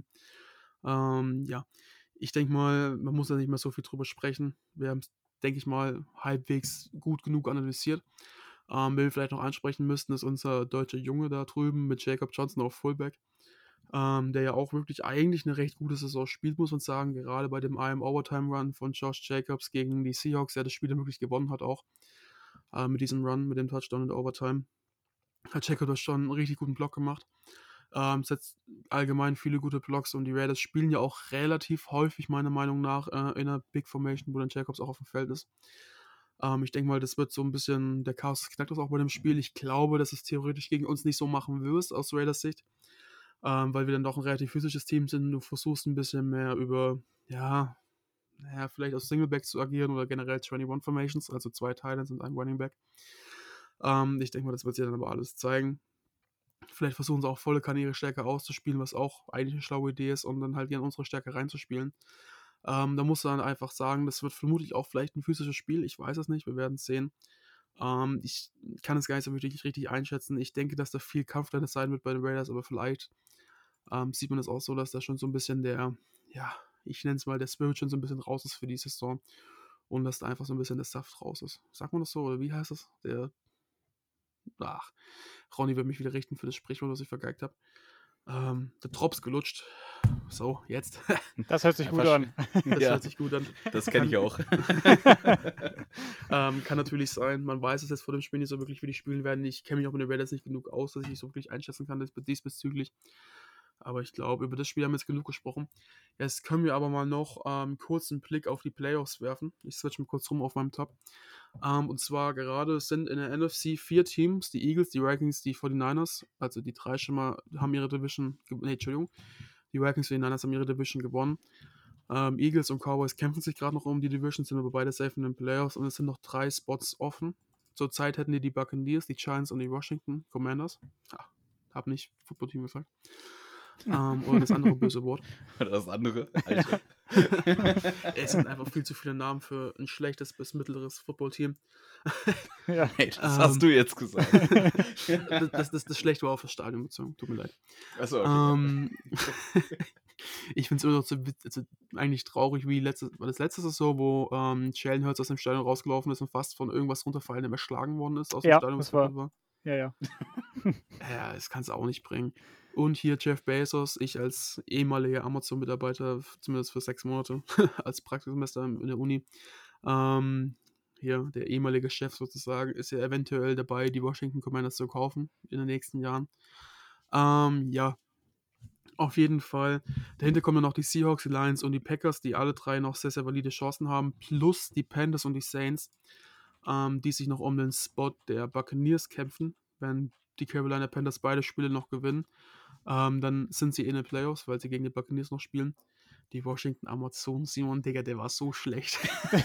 Ja, ich denke mal, man muss da nicht mehr so viel drüber sprechen. Wir haben es, denke ich mal, halbwegs gut genug analysiert. Wen wir vielleicht noch ansprechen müssten, ist unser deutscher Junge da drüben mit Jacob Johnson auf Fullback, der ja auch wirklich eigentlich eine recht gute Saison spielt, muss man sagen. Gerade bei dem IM Overtime Run von Josh Jacobs gegen die Seahawks, der das Spiel dann wirklich gewonnen hat auch. Mit diesem Run, mit dem Touchdown in der Overtime. Hat Jacob das schon einen richtig guten Block gemacht. Setzt allgemein viele gute Blocks und die Raiders spielen ja auch relativ häufig, meiner Meinung nach, in einer Big Formation, wo dann Jacobs auch auf dem Feld ist. Ich denke mal, das wird so ein bisschen der Chaos des Knackers auch bei dem Spiel. Ich glaube, dass es theoretisch gegen uns nicht so machen wirst, aus Raiders Sicht, weil wir dann doch ein relativ physisches Team sind. Du versuchst ein bisschen mehr über, ja, naja, vielleicht aus Singleback zu agieren oder generell 21 Formations, also 2 Titans und ein Running Back. Ich denke mal, das wird sich dann aber alles zeigen. Vielleicht versuchen sie auch volle Kanäle stärker auszuspielen, was auch eigentlich eine schlaue Idee ist, um dann halt in unsere Stärke reinzuspielen. Da musst du dann einfach sagen, das wird vermutlich auch vielleicht ein physisches Spiel. Ich weiß es nicht, wir werden es sehen. Ich kann es gar nicht so wirklich richtig einschätzen. Ich denke, dass da viel Kampf drin sein wird bei den Raiders, aber vielleicht sieht man das auch so, dass da schon so ein bisschen ich nenne es mal, der Spirit schon so ein bisschen raus ist für die Saison und dass da einfach so ein bisschen der Saft raus ist. Sagt man das so oder wie heißt das? Ronny wird mich wieder richten für das Sprichwort, was ich vergeigt habe. Der Drops gelutscht. So, jetzt. Das hört sich gut Einfach an. Das Ja, hört sich gut an. das kenne ich auch. Kann natürlich sein. Man weiß es jetzt vor dem Spiel nicht so wirklich, wie die spielen werden. Ich kenne mich auch mit den Raiders nicht genug aus, dass ich so wirklich einschätzen kann diesbezüglich. Aber ich glaube, über das Spiel haben wir jetzt genug gesprochen. Jetzt können wir aber mal noch kurz einen Blick auf die Playoffs werfen. Ich switch mal kurz rum auf meinem Tab. Und zwar gerade sind in der NFC 4 Teams, die Eagles, die Vikings, die 49ers, also die drei schon mal haben ihre Division, die Vikings und die Niners haben ihre Division gewonnen. Eagles und Cowboys kämpfen sich gerade noch um die Division, sind aber beide safe in den Playoffs und es sind noch 3 Spots offen. Zurzeit hätten die Buccaneers, die Giants und die Washington Commanders. Hab nicht Footballteam gesagt. Oder das andere böse Wort. Oder das andere, Alter. Es sind einfach viel zu viele Namen für ein schlechtes bis mittleres Footballteam. Ja. Hey, das hast du jetzt gesagt. Das schlecht war auf das Stadion bezogen, tut mir leid. Achso, okay. Ich finde es immer noch eigentlich traurig, wie war das letzte Saison, wo Jalen Hurts aus dem Stadion rausgelaufen ist und fast von irgendwas runterfallendem erschlagen worden ist aus dem Ja, Stadion, das was kaputt war. Ja. Ja, das kannst du auch nicht bringen. Und hier Jeff Bezos, ich als ehemaliger Amazon-Mitarbeiter, zumindest für 6 Monate, als Praxissemester in der Uni, hier der ehemalige Chef sozusagen, ist ja eventuell dabei, die Washington Commanders zu kaufen in den nächsten Jahren. Ja, auf jeden Fall. Dahinter kommen dann noch die Seahawks, die Lions und die Packers, die alle 3 noch sehr, sehr valide Chancen haben, plus die Panthers und die Saints, die sich noch um den Spot der Buccaneers kämpfen. Wenn die Carolina Panthers beide Spiele noch gewinnen, dann sind sie in den Playoffs, weil sie gegen die Buccaneers noch spielen. Die Washington Amazon, Simon, Digga, der war so schlecht.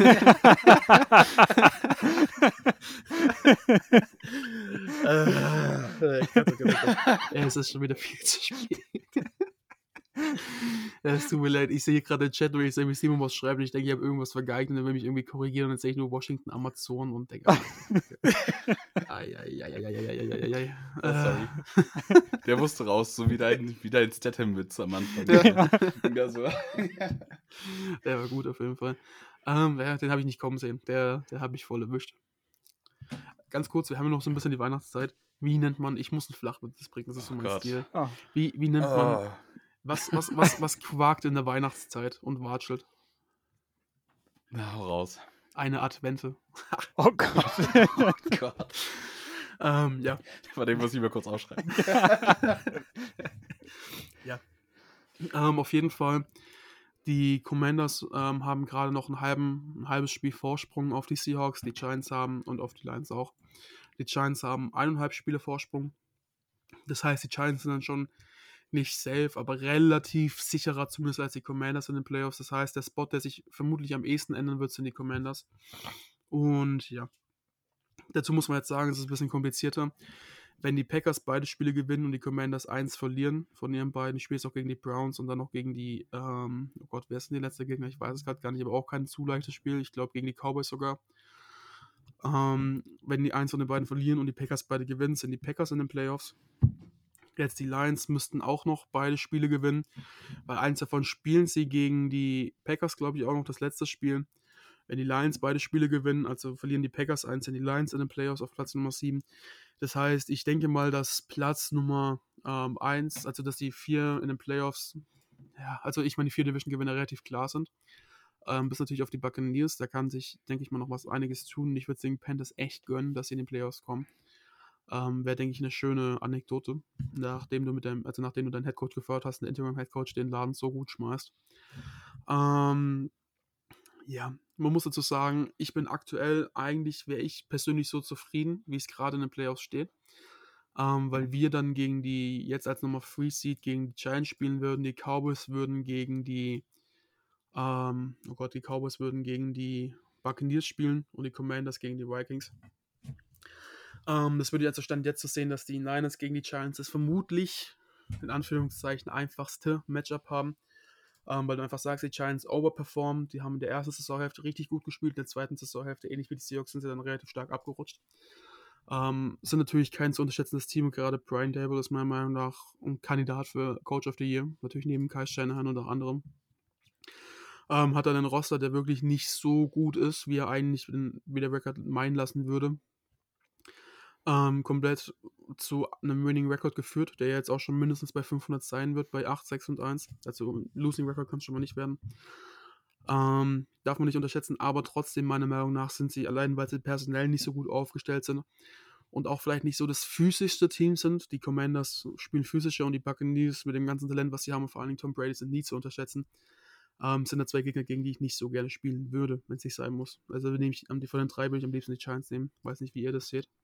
Es ist schon wieder viel zu spät. Es tut mir leid, ich sehe gerade den Chat, wo ich sehe, wie Simon was schreibt und ich denke, ich habe irgendwas vergeigt und dann will mich irgendwie korrigieren und dann sehe ich nur Washington Amazon und denke, Eieieiei. Sorry. Der musste raus, so wie dein Statham-Witz am Anfang. Ja, so. Der war gut auf jeden Fall. Den habe ich nicht kommen sehen. Der habe ich voll erwischt. Ganz kurz, wir haben ja noch so ein bisschen die Weihnachtszeit. Wie nennt man, ich muss ein Flachwitz bringen, das ist so mein Gott. Stil. Oh. Wie nennt man, was quakt in der Weihnachtszeit und watschelt? Na, hau raus. Eine Advente. Oh Gott. Oh Gott. Ja. Warte, den muss ich mal kurz aufschreiben. Ja. Auf jeden Fall, die Commanders haben gerade noch ein halbes Spiel Vorsprung auf die Seahawks, die Giants haben und auf die Lions auch. Die Giants haben 1,5 Spiele Vorsprung. Das heißt, die Giants sind dann schon nicht safe, aber relativ sicherer zumindest als die Commanders in den Playoffs. Das heißt, der Spot, der sich vermutlich am ehesten ändern wird, sind die Commanders. Und ja, dazu muss man jetzt sagen, es ist ein bisschen komplizierter. Wenn die Packers beide Spiele gewinnen und die Commanders 1 verlieren von ihren beiden, spielst du auch gegen die Browns und dann noch gegen die, oh Gott, wer ist denn die letzte Gegner? Ich weiß es gerade gar nicht, aber auch kein zu leichtes Spiel. Ich glaube, gegen die Cowboys sogar. Wenn die 1 von den beiden verlieren und die Packers beide gewinnen, sind die Packers in den Playoffs. Jetzt die Lions müssten auch noch beide Spiele gewinnen, weil eins davon spielen sie gegen die Packers, glaube ich, auch noch das letzte Spiel. Wenn die Lions beide Spiele gewinnen, also verlieren die Packers 1, sind die Lions in den Playoffs auf Platz Nummer 7. Das heißt, ich denke mal, dass Platz Nummer 1, also dass die 4 in den Playoffs, ja, also ich meine, die 4 Division-Gewinner relativ klar sind. Bis natürlich auf die Buccaneers, da kann sich, denke ich mal, noch einiges tun. Ich würde den Panthers echt gönnen, dass sie in die Playoffs kommen. Wäre, denke ich, eine schöne Anekdote, nachdem du deinen Headcoach gefeuert hast, einen Interim-Headcoach den Laden so gut schmeißt. Ja, man muss dazu sagen, wäre ich persönlich so zufrieden, wie es gerade in den Playoffs steht. Weil wir dann gegen die, jetzt als Nummer 3 Seed, gegen die Giants spielen würden, die Cowboys würden gegen die Cowboys würden gegen die Buccaneers spielen und die Commanders gegen die Vikings. Das würde jetzt Stand jetzt zu sehen, dass die Niners gegen die Giants das vermutlich, in Anführungszeichen, einfachste Matchup haben. weil du einfach sagst, die Giants overperformen. Die haben in der ersten Saisonhälfte richtig gut gespielt, in der zweiten Saisonhälfte, ähnlich wie die Seahawks, sind sie dann relativ stark abgerutscht. Sind natürlich kein zu unterschätzendes Team. Gerade Brian Daboll ist meiner Meinung nach ein Kandidat für Coach of the Year. Natürlich neben Kyle Shanahan und auch anderem. Hat dann einen Roster, der wirklich nicht so gut ist, wie er eigentlich wie der Record meinen lassen würde. Komplett zu einem Winning Record geführt, der jetzt auch schon mindestens bei 500 sein wird, bei 8, 6 und 1. Also Losing Record kann es schon mal nicht werden. Darf man nicht unterschätzen, aber trotzdem, meiner Meinung nach, sind sie, allein weil sie personell nicht so gut aufgestellt sind und auch vielleicht nicht so das physischste Team sind. Die Commanders spielen physischer und die Buccaneers mit dem ganzen Talent, was sie haben, und vor allen Dingen Tom Brady, sind nie zu unterschätzen. Sind da zwei Gegner, gegen die ich nicht so gerne spielen würde, wenn es nicht sein muss. Also nehme ich von den drei würde ich am liebsten die Giants nehmen. Weiß nicht, wie ihr das seht.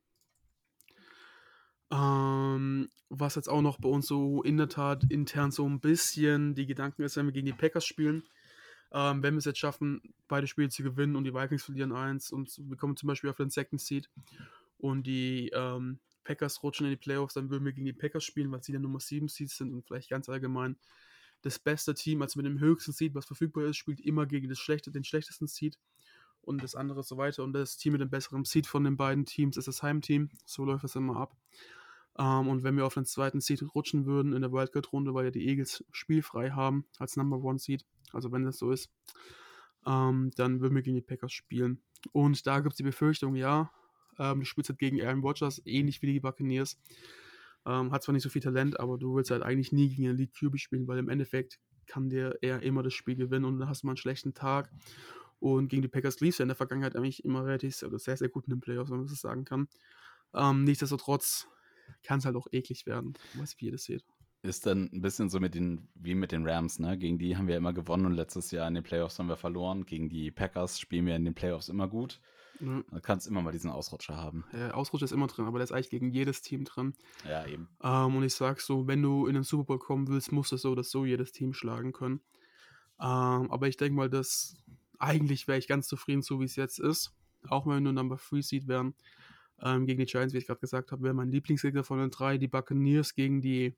Was jetzt auch noch bei uns so in der Tat intern so ein bisschen die Gedanken ist, wenn wir gegen die Packers spielen. Wenn wir es jetzt schaffen, beide Spiele zu gewinnen und die Vikings verlieren eins und wir kommen zum Beispiel auf den Second Seed und die Packers rutschen in die Playoffs, dann würden wir gegen die Packers spielen, weil sie der Nummer 7 Seeds sind und vielleicht ganz allgemein das beste Team, also mit dem höchsten Seed, was verfügbar ist, spielt immer gegen den schlechtesten Seed und das andere so weiter. Und das Team mit dem besseren Seed von den beiden Teams ist das Heimteam. So läuft es immer ab. Und wenn wir auf den zweiten Seed rutschen würden in der Wildcard-Runde, weil ja die Eagles spielfrei haben als Number One Seed, also wenn das so ist, dann würden wir gegen die Packers spielen. Und da gibt es die Befürchtung, ja, du spielst halt gegen Aaron Rodgers, ähnlich wie die Buccaneers. Hat zwar nicht so viel Talent, aber du willst halt eigentlich nie gegen einen Elite QB spielen, weil im Endeffekt kann der eher immer das Spiel gewinnen und dann hast du mal einen schlechten Tag. Und gegen die Packers lief es ja in der Vergangenheit eigentlich immer relativ oder sehr, sehr gut in den Playoffs, wenn man das sagen kann. Nichtsdestotrotz kann es halt auch eklig werden. Ich weiß nicht, wie ihr das seht. Ist dann ein bisschen so wie mit den Rams, ne? Gegen die haben wir immer gewonnen und letztes Jahr in den Playoffs haben wir verloren. Gegen die Packers spielen wir in den Playoffs immer gut. Ja. Da kannst immer mal diesen Ausrutscher haben. Ausrutscher ist immer drin, aber der ist eigentlich gegen jedes Team drin. Ja, eben. Und ich sag so, wenn du in den Super Bowl kommen willst, musst du so oder so jedes Team schlagen können. Aber ich denke mal, dass eigentlich wäre ich ganz zufrieden, so wie es jetzt ist. Auch wenn wir nur Number 3 Seed wären. Gegen die Giants, wie ich gerade gesagt habe, wäre mein Lieblingsgegner von den drei. Die Buccaneers gegen die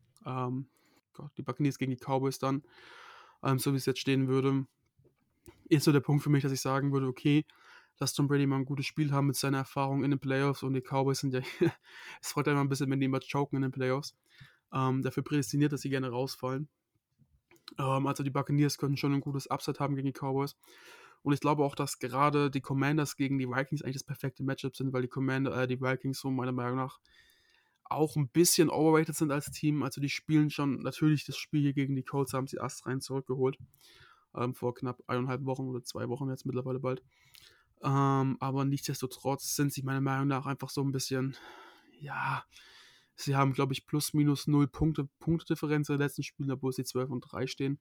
Buccaneers gegen die Cowboys dann. So wie es jetzt stehen würde. Ist so der Punkt für mich, dass ich sagen würde, okay, lass Tom Brady mal ein gutes Spiel haben mit seiner Erfahrung in den Playoffs und die Cowboys sind ja, es freut einmal ein bisschen, wenn die immer choken in den Playoffs. Dafür prädestiniert, dass sie gerne rausfallen. Also die Buccaneers können schon ein gutes Upset haben gegen die Cowboys. Und ich glaube auch, dass gerade die Commanders gegen die Vikings eigentlich das perfekte Matchup sind, weil die Vikings so meiner Meinung nach auch ein bisschen overrated sind als Team. Also die spielen schon natürlich das Spiel hier gegen die Colts, haben sie astrein zurückgeholt. Vor knapp 1,5 Wochen oder 2 Wochen jetzt mittlerweile bald. Aber nichtsdestotrotz sind sie meiner Meinung nach einfach so ein bisschen, ja, sie haben, glaube ich, plus minus 0 Punktedifferenz in den letzten Spielen, obwohl sie 12 und 3 stehen.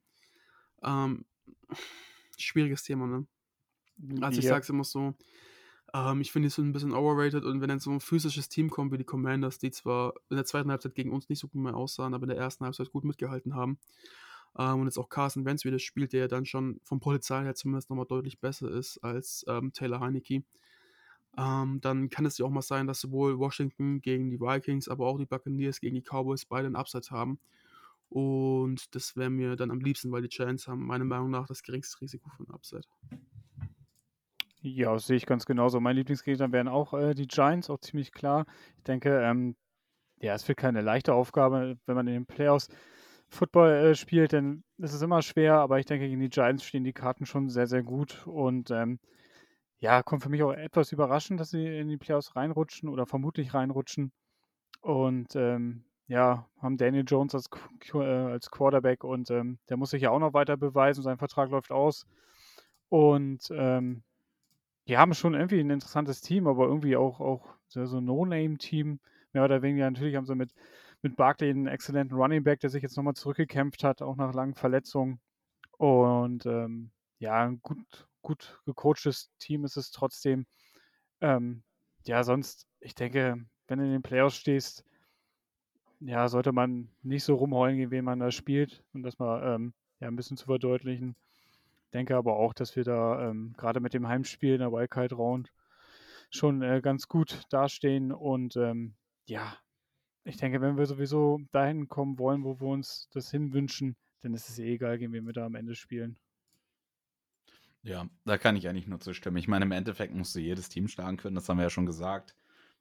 Schwieriges Thema, ne? Also ich Ja, sage es immer so, ich finde, die sind ein bisschen overrated und wenn dann so ein physisches Team kommt wie die Commanders, die zwar in der zweiten Halbzeit gegen uns nicht so gut mehr aussahen, aber in der ersten Halbzeit gut mitgehalten haben, und jetzt auch Carson Wentz wieder spielt, der ja dann schon vom Potenzial her zumindest nochmal deutlich besser ist als Taylor Heinicke, dann kann es ja auch mal sein, dass sowohl Washington gegen die Vikings, aber auch die Buccaneers gegen die Cowboys beide einen Upset haben. Und das wäre mir dann am liebsten, weil die Giants haben meiner Meinung nach das geringste Risiko für einen Upset. ja, das sehe ich ganz genauso. Mein Lieblingsgegner wären auch die Giants, auch ziemlich klar. Ich denke, ja, es wird keine leichte Aufgabe, wenn man in den Playoffs Football spielt, denn es ist immer schwer, aber ich denke, gegen die Giants stehen die Karten schon sehr, sehr gut und ja, kommt für mich auch etwas überraschend, dass sie in die Playoffs reinrutschen oder vermutlich reinrutschen und ja, haben Daniel Jones als Quarterback und der muss sich ja auch noch weiter beweisen, sein Vertrag läuft aus und die haben schon irgendwie ein interessantes Team, aber irgendwie auch so ein No-Name-Team, mehr oder weniger. Natürlich haben sie mit Barkley einen exzellenten Running Back, der sich jetzt nochmal zurückgekämpft hat, auch nach langen Verletzungen. Und ja, ein gut gecoachtes Team ist es trotzdem. Ja, sonst, ich denke, wenn du in den Playoffs stehst, ja, sollte man nicht so rumheulen, gegen wen man da spielt und das mal ja, ein bisschen zu verdeutlichen. Denke aber auch, dass wir da gerade mit dem Heimspiel in der Wildcard Round schon ganz gut dastehen. Und ja, ich denke, wenn wir sowieso dahin kommen wollen, wo wir uns das hinwünschen, dann ist es egal, gegen wen wir da am Ende spielen. Ja, da kann ich eigentlich nur zustimmen. Ich meine, im Endeffekt musst du jedes Team schlagen können, das haben wir ja schon gesagt.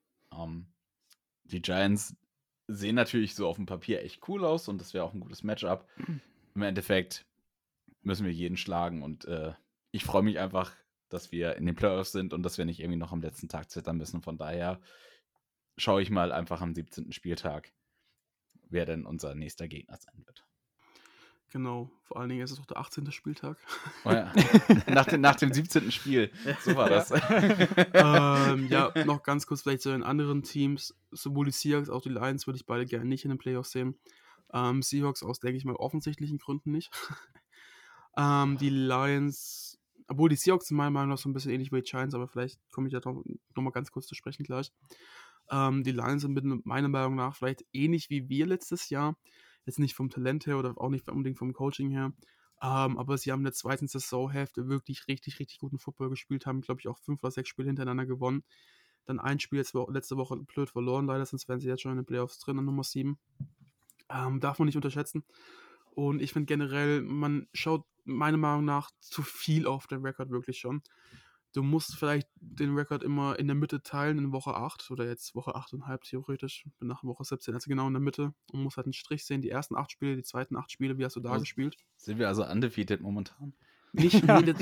Die Giants sehen natürlich so auf dem Papier echt cool aus und das wäre auch ein gutes Matchup. Im Endeffekt müssen wir jeden schlagen und ich freue mich einfach, dass wir in den Playoffs sind und dass wir nicht irgendwie noch am letzten Tag zittern müssen. Von daher schaue ich mal einfach am 17. Spieltag, wer denn unser nächster Gegner sein wird. Genau, vor allen Dingen ist es auch der 18. Spieltag. Oh ja. nach dem 17. Spiel. So war das. Ja, noch ganz kurz vielleicht zu den anderen Teams. Sowohl die Seahawks als auch die Lions würde ich beide gerne nicht in den Playoffs sehen. Seahawks aus, denke ich mal, offensichtlichen Gründen nicht. Die Lions, obwohl die Seahawks sind meiner Meinung nach so ein bisschen ähnlich wie die Giants, aber vielleicht komme ich da noch mal ganz kurz zu sprechen gleich. Die Lions sind meiner Meinung nach vielleicht ähnlich wie wir letztes Jahr. Jetzt nicht vom Talent her oder auch nicht unbedingt vom Coaching her. Aber sie haben in der zweiten Saisonhälfte wirklich richtig, richtig guten Football gespielt, haben, glaube ich, auch 5 oder 6 Spiele hintereinander gewonnen. Dann ein Spiel letzte Woche blöd verloren, leider, sonst wären sie jetzt schon in den Playoffs drin an Nummer 7. Darf man nicht unterschätzen. Und ich finde generell, man schaut meiner Meinung nach zu viel auf den Rekord wirklich schon. Du musst vielleicht den Rekord immer in der Mitte teilen, in Woche 8 oder jetzt Woche 8,5 theoretisch, bin nach Woche 17, also genau in der Mitte und musst halt einen Strich sehen, die ersten 8 Spiele, die zweiten 8 Spiele, wie hast du da gespielt? Sind wir also undefeated momentan? Nicht, nee,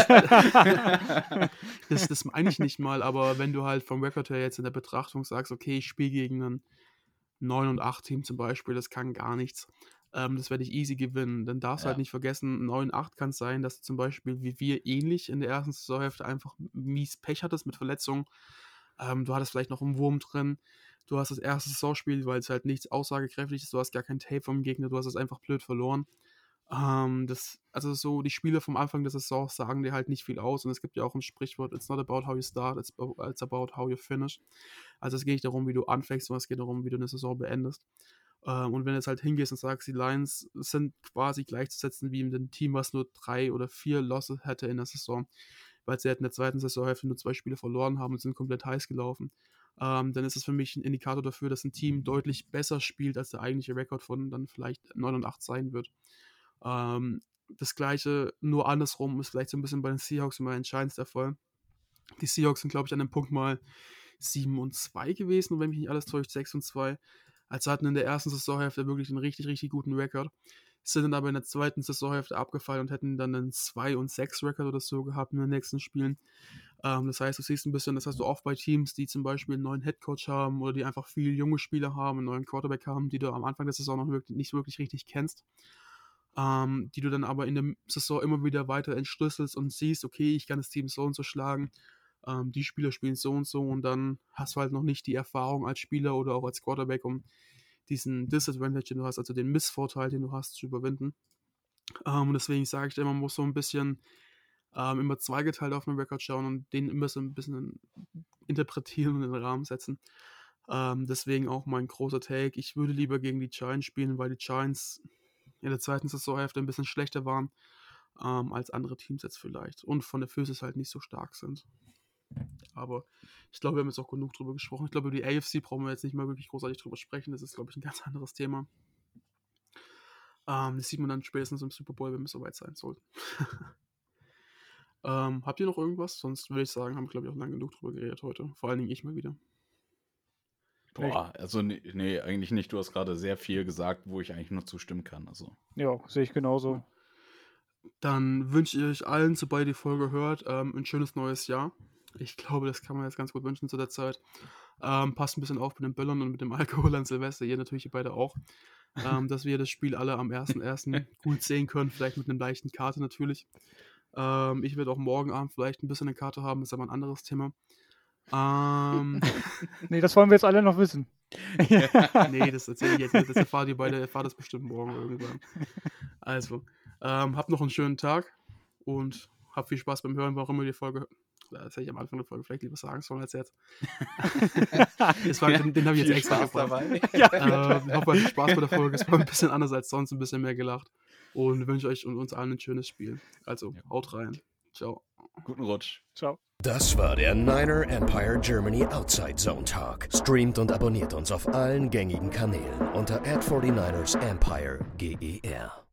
das meine ich nicht mal, aber wenn du halt vom Rekord her jetzt in der Betrachtung sagst, okay, ich spiele gegen ein 9-8-Team zum Beispiel, das kann gar nichts. Das werde ich easy gewinnen. Dann darfst du halt nicht vergessen, 9-8 kann es sein, dass du zum Beispiel wie wir ähnlich in der ersten Saisonhälfte einfach mies Pech hattest mit Verletzungen. Du hattest vielleicht noch einen Wurm drin. Du hast das erste Saisonspiel, weil es halt nichts aussagekräftig ist. Du hast gar kein Tape vom Gegner. Du hast es einfach blöd verloren. Also so die Spiele vom Anfang der Saison sagen dir halt nicht viel aus. Und es gibt ja auch ein Sprichwort, it's not about how you start, it's about how you finish. Also es geht nicht darum, wie du anfängst, sondern es geht darum, wie du eine Saison beendest. Und wenn du jetzt halt hingehst und sagst, die Lions sind quasi gleichzusetzen wie mit einem Team, was nur 3 oder 4 Losses hätte in der Saison, weil sie halt in der zweiten Saisonhälfte nur 2 Spiele verloren haben und sind komplett heiß gelaufen, dann ist es für mich ein Indikator dafür, dass ein Team deutlich besser spielt, als der eigentliche Rekord von dann vielleicht 9-8 sein wird. Das Gleiche, nur andersrum, ist vielleicht so ein bisschen bei den Seahawks und bei den Giants der Fall. Die Seahawks sind, glaube ich, an dem Punkt mal 7-2 gewesen, und wenn mich nicht alles täuscht, 6-2. Also hatten in der ersten Saisonhälfte wirklich einen richtig, richtig guten Rekord. Sind dann aber in der zweiten Saisonhälfte abgefallen und hätten dann einen 2-6-Rekord oder so gehabt in den nächsten Spielen. Das heißt, du siehst ein bisschen, das hast du oft bei Teams, die zum Beispiel einen neuen Headcoach haben oder die einfach viele junge Spieler haben, einen neuen Quarterback haben, die du am Anfang der Saison noch nicht wirklich richtig kennst. Die du dann aber in der Saison immer wieder weiter entschlüsselst und siehst, okay, ich kann das Team so und so schlagen. Die Spieler spielen so und so, und dann hast du halt noch nicht die Erfahrung als Spieler oder auch als Quarterback, um diesen Disadvantage, den du hast, also den Missvorteil, den du hast, zu überwinden. Und deswegen sage ich dir, man muss so ein bisschen immer zweigeteilt auf den Rekord schauen und den immer so ein bisschen interpretieren und in den Rahmen setzen. Deswegen auch mein großer Take. Ich würde lieber gegen die Giants spielen, weil die Giants in der zweiten Saisonhälfte ein bisschen schlechter waren als andere Teams jetzt vielleicht und von der Physis halt nicht so stark sind. Aber ich glaube, wir haben jetzt auch genug drüber gesprochen. Ich glaube, über die AFC brauchen wir jetzt nicht mal wirklich großartig drüber sprechen. Das ist, glaube ich, ein ganz anderes Thema. Das sieht man dann spätestens im Super Bowl, wenn wir soweit sein sollten. Habt ihr noch irgendwas? Sonst würde ich sagen, haben wir, glaube ich, auch lange genug drüber geredet heute. Vor allen Dingen ich mal wieder. Boah, also nee, eigentlich nicht. Du hast gerade sehr viel gesagt, wo ich eigentlich nur zustimmen kann. Also. Ja, sehe ich genauso. Dann wünsche ich euch allen, sobald ihr die Folge hört, ein schönes neues Jahr. Ich glaube, das kann man jetzt ganz gut wünschen zu der Zeit. Passt ein bisschen auf mit den Böllern und mit dem Alkohol an Silvester. Ihr natürlich beide auch. Dass wir das Spiel alle am 1.1. gut sehen können. Vielleicht mit einer leichten Karte natürlich. Ich werde auch morgen Abend vielleicht ein bisschen eine Karte haben. Das ist aber ein anderes Thema. Nee, das wollen wir jetzt alle noch wissen. Nee, das erzähle ich jetzt nicht. Das erfahrt ihr beide, erfahrt das bestimmt morgen irgendwann. Also, habt noch einen schönen Tag und habt viel Spaß beim Hören, warum ihr die Folge hört. Das hätte ich am Anfang der Folge vielleicht lieber sagen sollen als jetzt. Den habe ich jetzt extra dabei. Ich hoffe, ihr hattet Spaß bei der Folge. Es war ein bisschen anders als sonst, ein bisschen mehr gelacht. Und wünsche euch und uns allen ein schönes Spiel. Also, haut rein. Ciao. Guten Rutsch. Ciao. Das war der Niner Empire Germany Outside Zone Talk. Streamt und abonniert uns auf allen gängigen Kanälen unter @49ersEmpireGER.